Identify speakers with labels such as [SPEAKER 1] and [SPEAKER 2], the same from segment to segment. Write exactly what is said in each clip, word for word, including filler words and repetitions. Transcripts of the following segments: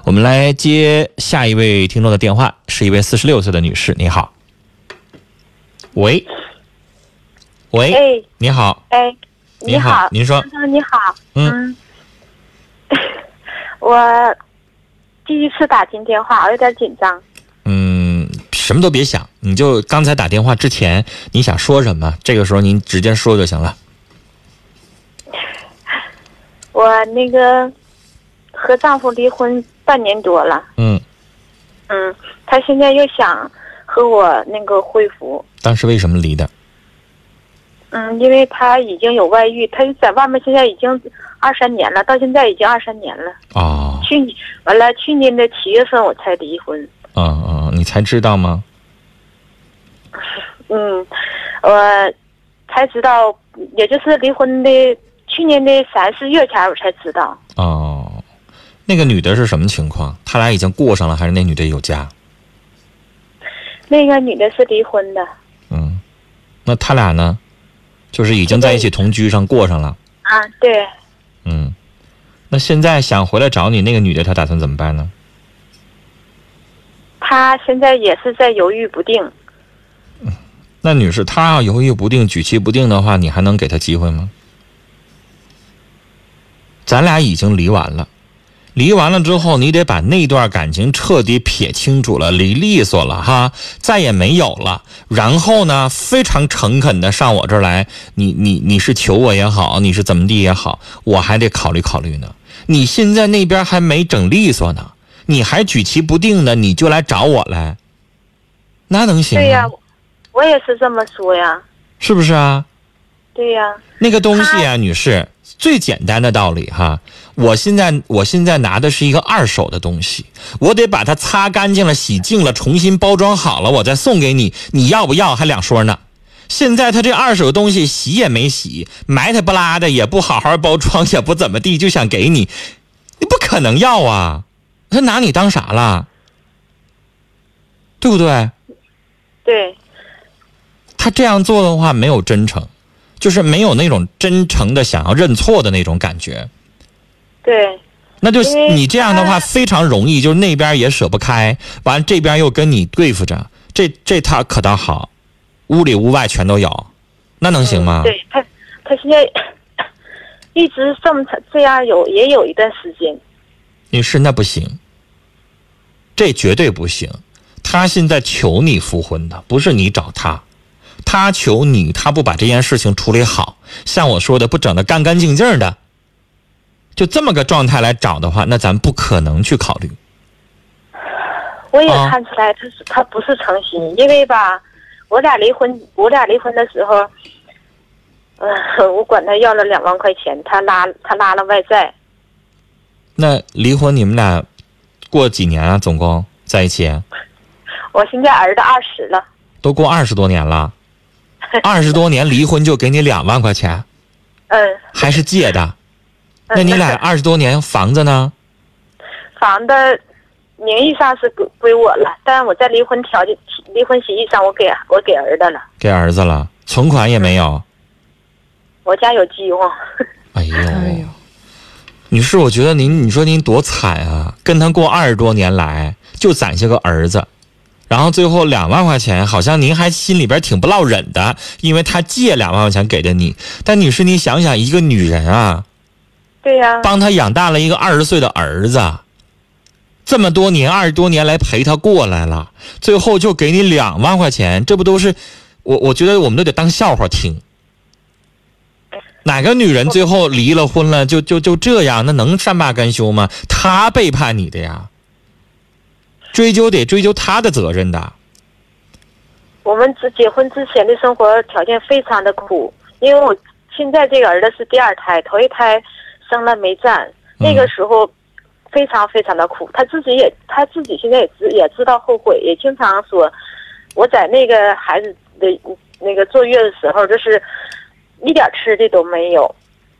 [SPEAKER 1] 我们来接下一位听众的电话，是一位四十六岁的女士。你好，喂，喂，
[SPEAKER 2] 哎，
[SPEAKER 1] 你好，
[SPEAKER 2] 哎，
[SPEAKER 1] 你好，您说，
[SPEAKER 2] 先生你好，
[SPEAKER 1] 嗯，
[SPEAKER 2] 嗯我第一次打进电话，我有点紧张。
[SPEAKER 1] 嗯，什么都别想，你就刚才打电话之前你想说什么，这个时候您直接说就行了。
[SPEAKER 2] 我那个和丈夫离婚半年多了，
[SPEAKER 1] 嗯，
[SPEAKER 2] 嗯，他现在又想和我那个恢复，
[SPEAKER 1] 当时为什么离的？
[SPEAKER 2] 嗯，因为他已经有外遇，他在外面现在已经二三年了，到现在已经二三年了。
[SPEAKER 1] 哦，
[SPEAKER 2] 去年完了，去年的七月份我才离婚。
[SPEAKER 1] 嗯嗯，你才知道吗？
[SPEAKER 2] 嗯，我才知道，也就是离婚的去年的三四月前我才知道。
[SPEAKER 1] 哦，那个女的是什么情况？他俩已经过上了，还是那女的有家？
[SPEAKER 2] 那个女的是离婚的。
[SPEAKER 1] 嗯，那他俩呢？就是已经在一起同居上过上了。
[SPEAKER 2] 啊，对。
[SPEAKER 1] 嗯，那现在想回来找你那个女的，她打算怎么办呢？
[SPEAKER 2] 她现在也是在犹豫不定。
[SPEAKER 1] 嗯，那女士，她要犹豫不定、举棋不定的话，你还能给她机会吗？咱俩已经离完了，离完了之后，你得把那段感情彻底撇清楚了，离利索了哈，再也没有了。然后呢，非常诚恳的上我这儿来，你你你是求我也好，你是怎么地也好，我还得考虑考虑呢。你现在那边还没整利索呢，你还举棋不定呢，你就来找我来，那能行吗？
[SPEAKER 2] 对呀，我也是这么说呀。
[SPEAKER 1] 是不是啊？
[SPEAKER 2] 对呀。
[SPEAKER 1] 那个东西啊，女士，最简单的道理哈。我现在我现在拿的是一个二手的东西，我得把它擦干净了、洗净了，重新包装好了，我再送给你，你要不要还两说呢。现在他这二手的东西洗也没洗，埋汰不拉的，也不好好包装，也不怎么地，就想给你，你不可能要啊！他拿你当啥了？对不对？
[SPEAKER 2] 对。
[SPEAKER 1] 他这样做的话没有真诚，就是没有那种真诚的想要认错的那种感觉。
[SPEAKER 2] 对。
[SPEAKER 1] 那就你这样的话非常容易，就是那边也舍不开，完了这边又跟你对付着，这这他可倒好，屋里屋外全都有，那能行吗？
[SPEAKER 2] 嗯、对他，他现在一直这么这样有也有一段时间。
[SPEAKER 1] 女士，那不行，这绝对不行。他现在求你复婚的，不是你找他，他求你，他不把这件事情处理好，像我说的，不整得干干净净的。就这么个状态来找的话，那咱不可能去考虑。
[SPEAKER 2] 我也看出来他是、啊、他不是诚心，因为吧，我俩离婚，我俩离婚的时候，呃，我管他要了两万块钱，他拉他拉了外债。
[SPEAKER 1] 那离婚你们俩过几年啊？总共在一起？
[SPEAKER 2] 我现在儿子二十了。
[SPEAKER 1] 都过二十多年了，二十多年离婚就给你两万块钱？
[SPEAKER 2] 嗯。
[SPEAKER 1] 还是借的？那你俩二十多年房子呢？
[SPEAKER 2] 房子名义上是归归我了，但是我在离婚条件、离婚协议上，我给我给儿子了。
[SPEAKER 1] 给儿子了，存款也没有。
[SPEAKER 2] 我家有计划。
[SPEAKER 1] 哎呦，哎呦，女士，我觉得您，你说您多惨啊！跟他过二十多年来，就攒下个儿子，然后最后两万块钱，好像您还心里边挺不落忍的，因为他借两万块钱给的你。但女士，你想想，一个女人啊。
[SPEAKER 2] 对呀、啊，
[SPEAKER 1] 帮他养大了一个二十岁的儿子，这么多年二十多年来陪他过来了，最后就给你两万块钱，这不都是我我觉得我们都得当笑话听。哪个女人最后离了婚了就就就这样，那能善罢甘休吗？他背叛你的呀，追究得追究他的责任的。
[SPEAKER 2] 我们只结婚之前的生活条件非常的苦，因为我现在这个儿子是第二胎，头一胎生了没占，那个时候非常非常的苦，他自己也他自己现在也知也知道后悔，也经常说，我在那个孩子的那个坐月的时候，就是一点吃的都没有。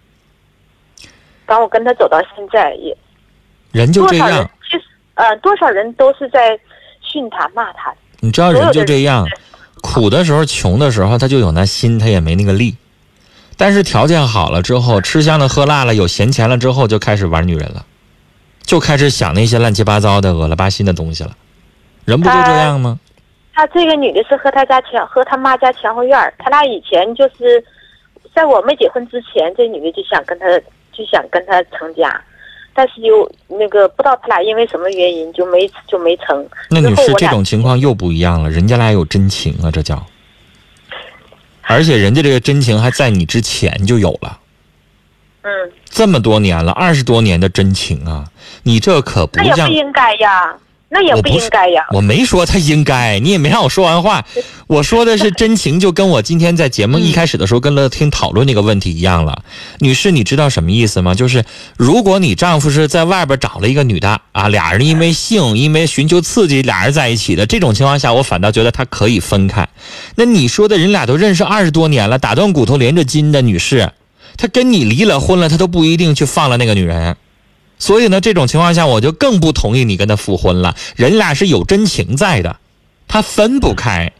[SPEAKER 2] 当我跟他走到现在，也
[SPEAKER 1] 人就这样，
[SPEAKER 2] 其实呃多少人都是在训他骂他。
[SPEAKER 1] 你知道人就这样，苦的时候穷的时候他就有那心，他也没那个力。但是条件好了之后，吃香的喝辣了，有闲钱了之后，就开始玩女人了， 就开始想那些乱七八糟的、恶了巴心的东西了。人不就这样吗？
[SPEAKER 2] 他这个女的是和他家前和他妈家前后院，他俩以前就是在我没结婚之前，这女的就想跟他就想跟他成家，但是又那个不知道他俩因为什么原因就没就没成。
[SPEAKER 1] 那女士，这种情况又不一样了，人家俩有真情啊，这叫，而且人家这个真情还在你之前就有了。
[SPEAKER 2] 嗯，
[SPEAKER 1] 这么多年了，二十多年的真情啊，你这可不像。
[SPEAKER 2] 那也不应该呀。那也不应该呀！
[SPEAKER 1] 我, 我没说他应该，你也没让我说完话。我说的是真情，就跟我今天在节目一开始的时候跟乐听讨论那个问题一样了。女士，你知道什么意思吗？就是如果你丈夫是在外边找了一个女的啊，俩人因为性，因为寻求刺激，俩人在一起的这种情况下，我反倒觉得他可以分开。那你说的人俩都认识二十多年了，打断骨头连着筋的女士，他跟你离了婚了，他都不一定去放了那个女人。所以呢，这种情况下我就更不同意你跟他复婚了。人俩是有真情在的，他分不开，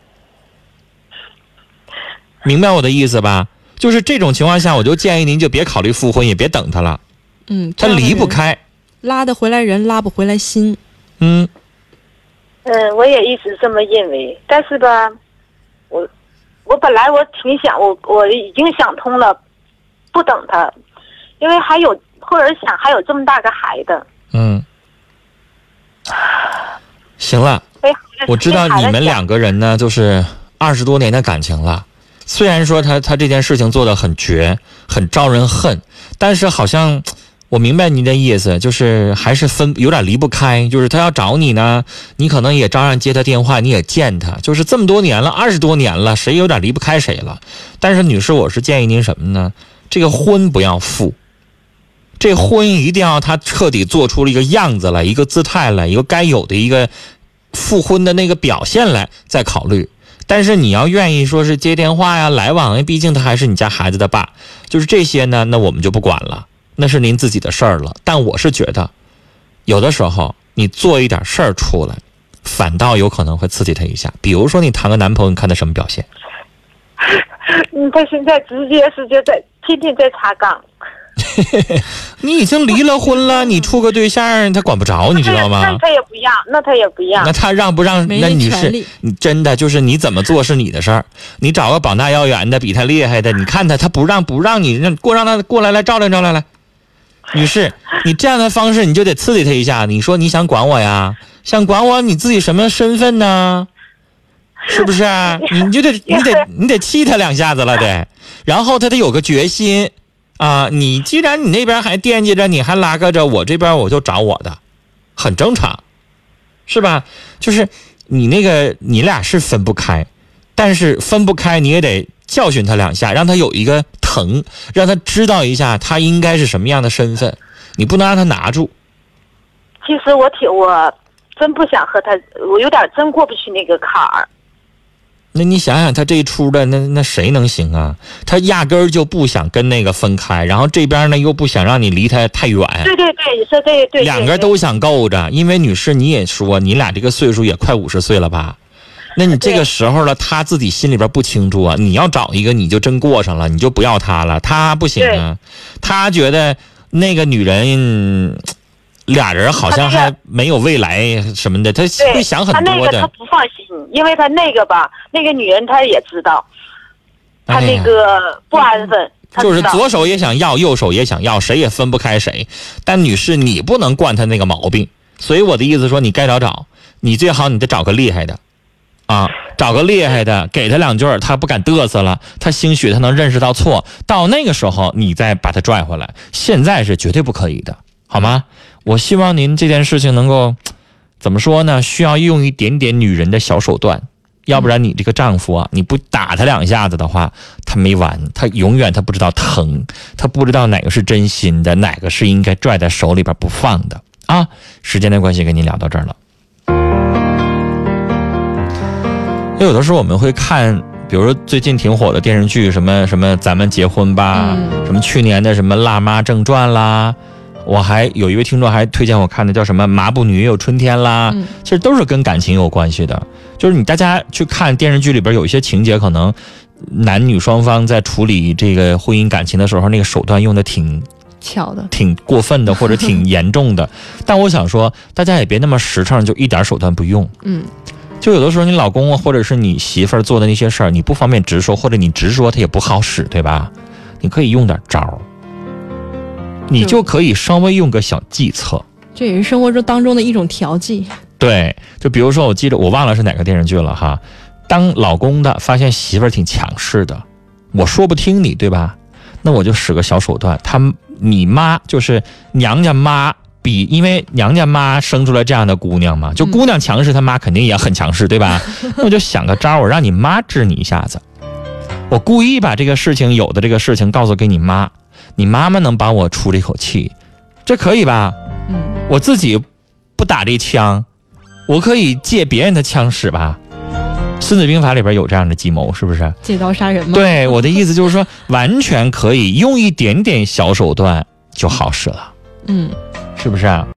[SPEAKER 1] 明白我的意思吧？就是这种情况下，我就建议您就别考虑复婚，也别等他了。
[SPEAKER 3] 嗯，
[SPEAKER 1] 他离不开，
[SPEAKER 3] 拉得回来人，拉不回来心。
[SPEAKER 1] 嗯
[SPEAKER 2] 嗯，我也一直这么认为，但是吧，我我本来我挺想，我我已经想通了，不等他，因为还有。或者想还有这么大个孩子，
[SPEAKER 1] 嗯，行了，我知道你们两个人呢，就是二十多年的感情了。虽然说他他这件事情做得很绝，很招人恨，但是好像我明白您的意思，就是还是分有点离不开。就是他要找你呢，你可能也照样接他电话，你也见他，就是这么多年了，二十多年了，谁有点离不开谁了。但是女士，我是建议您什么呢？这个婚不要复。这婚一定要他彻底做出了一个样子来，一个姿态来，一个该有的一个复婚的那个表现来，再考虑。但是你要愿意说是接电话呀、来往呀，毕竟他还是你家孩子的爸，就是这些呢，那我们就不管了，那是您自己的事儿了。但我是觉得，有的时候你做一点事儿出来，反倒有可能会刺激他一下。比如说你谈个男朋友，你看他什么表现？
[SPEAKER 2] 嗯，他现在直接是就在天天在查岗。
[SPEAKER 1] 你已经离了婚了，你处个对象他管不着，你知道吗？
[SPEAKER 2] 那他也不让，那他也不让。
[SPEAKER 1] 那他让不让？那女士，你真的就是你怎么做是你的事儿。你找个膀大腰圆的，比他厉害的，你看他，他不让不让你，让过让他过来来照来照来来。女士，你这样的方式你就得刺激他一下。你说你想管我呀？想管我，你自己什么身份呢？是不是啊？你就得你得你得气他两下子了得，然后他得有个决心。啊，你既然你那边还惦记着，你还拉个着，我这边我就找我的，很正常，是吧？就是你那个你俩是分不开，但是分不开你也得教训他两下，让他有一个疼，让他知道一下他应该是什么样的身份，你不能让他拿住。
[SPEAKER 2] 其实我挺我真不想和他，我有点真过不去那个坎儿。
[SPEAKER 1] 那你想想他这一出的，那那谁能行啊？他压根儿就不想跟那个分开，然后这边呢又不想让你离他太远。
[SPEAKER 2] 对对对，你说对对。
[SPEAKER 1] 两个都想够着，因为女士你也说你俩这个岁数也快五十岁了吧？那你这个时候了，他自己心里边不清楚啊。你要找一个你就真过上了，你就不要他了，他不行啊。他觉得那个女人。俩人好像还没有未来什么的，他会想很多的。
[SPEAKER 2] 他那个他不放心，因为他那个吧，那个女人他也知道，他那个不安分。
[SPEAKER 1] 哎、就是左手也想要，右手也想要，谁也分不开谁。但女士，你不能惯他那个毛病。所以我的意思说，你该找找，你最好你得找个厉害的，啊，找个厉害的，给他两句，他不敢嘚瑟了，他兴许他能认识到错。到那个时候，你再把他拽回来。现在是绝对不可以的，好吗？我希望您这件事情能够怎么说呢？需要用一点点女人的小手段，要不然你这个丈夫啊，你不打他两下子的话，他没完，他永远他不知道疼，他不知道哪个是真心的，哪个是应该拽在手里边不放的啊！时间的关系，跟您聊到这儿了。有的时候我们会看，比如说最近挺火的电视剧，什么什么咱们结婚吧，嗯、什么去年的什么辣妈正传啦。我还有一位听众还推荐我看的叫什么麻布女也有春天啦、嗯、其实都是跟感情有关系的。就是你大家去看电视剧里边有一些情节，可能男女双方在处理这个婚姻感情的时候，那个手段用的挺
[SPEAKER 3] 巧的，
[SPEAKER 1] 挺过分的或者挺严重的。但我想说，大家也别那么实诚，就一点手段不用。
[SPEAKER 3] 嗯，
[SPEAKER 1] 就有的时候你老公啊，或者是你媳妇儿做的那些事儿，你不方便直说，或者你直说他也不好使，对吧？你可以用点招儿，你就可以稍微用个小计策。
[SPEAKER 3] 这也是生活中当中的一种调剂。
[SPEAKER 1] 对，就比如说，我记得我忘了是哪个电视剧了哈。当老公的发现媳妇儿挺强势的，我说不听你，对吧？那我就使个小手段，他你妈就是娘家妈，比因为娘家妈生出来这样的姑娘嘛，就姑娘强势，他妈肯定也很强势，对吧？那我就想个招，我让你妈治你一下子。我故意把这个事情有的这个事情告诉给你妈，你妈妈能帮我出这口气，这可以吧？
[SPEAKER 3] 嗯，
[SPEAKER 1] 我自己不打这枪，我可以借别人的枪使吧？孙子兵法里边有这样的计谋，是不是？
[SPEAKER 3] 借刀杀人吗？
[SPEAKER 1] 对，我的意思就是说，完全可以用一点点小手段就好使了。
[SPEAKER 3] 嗯，
[SPEAKER 1] 是不是啊？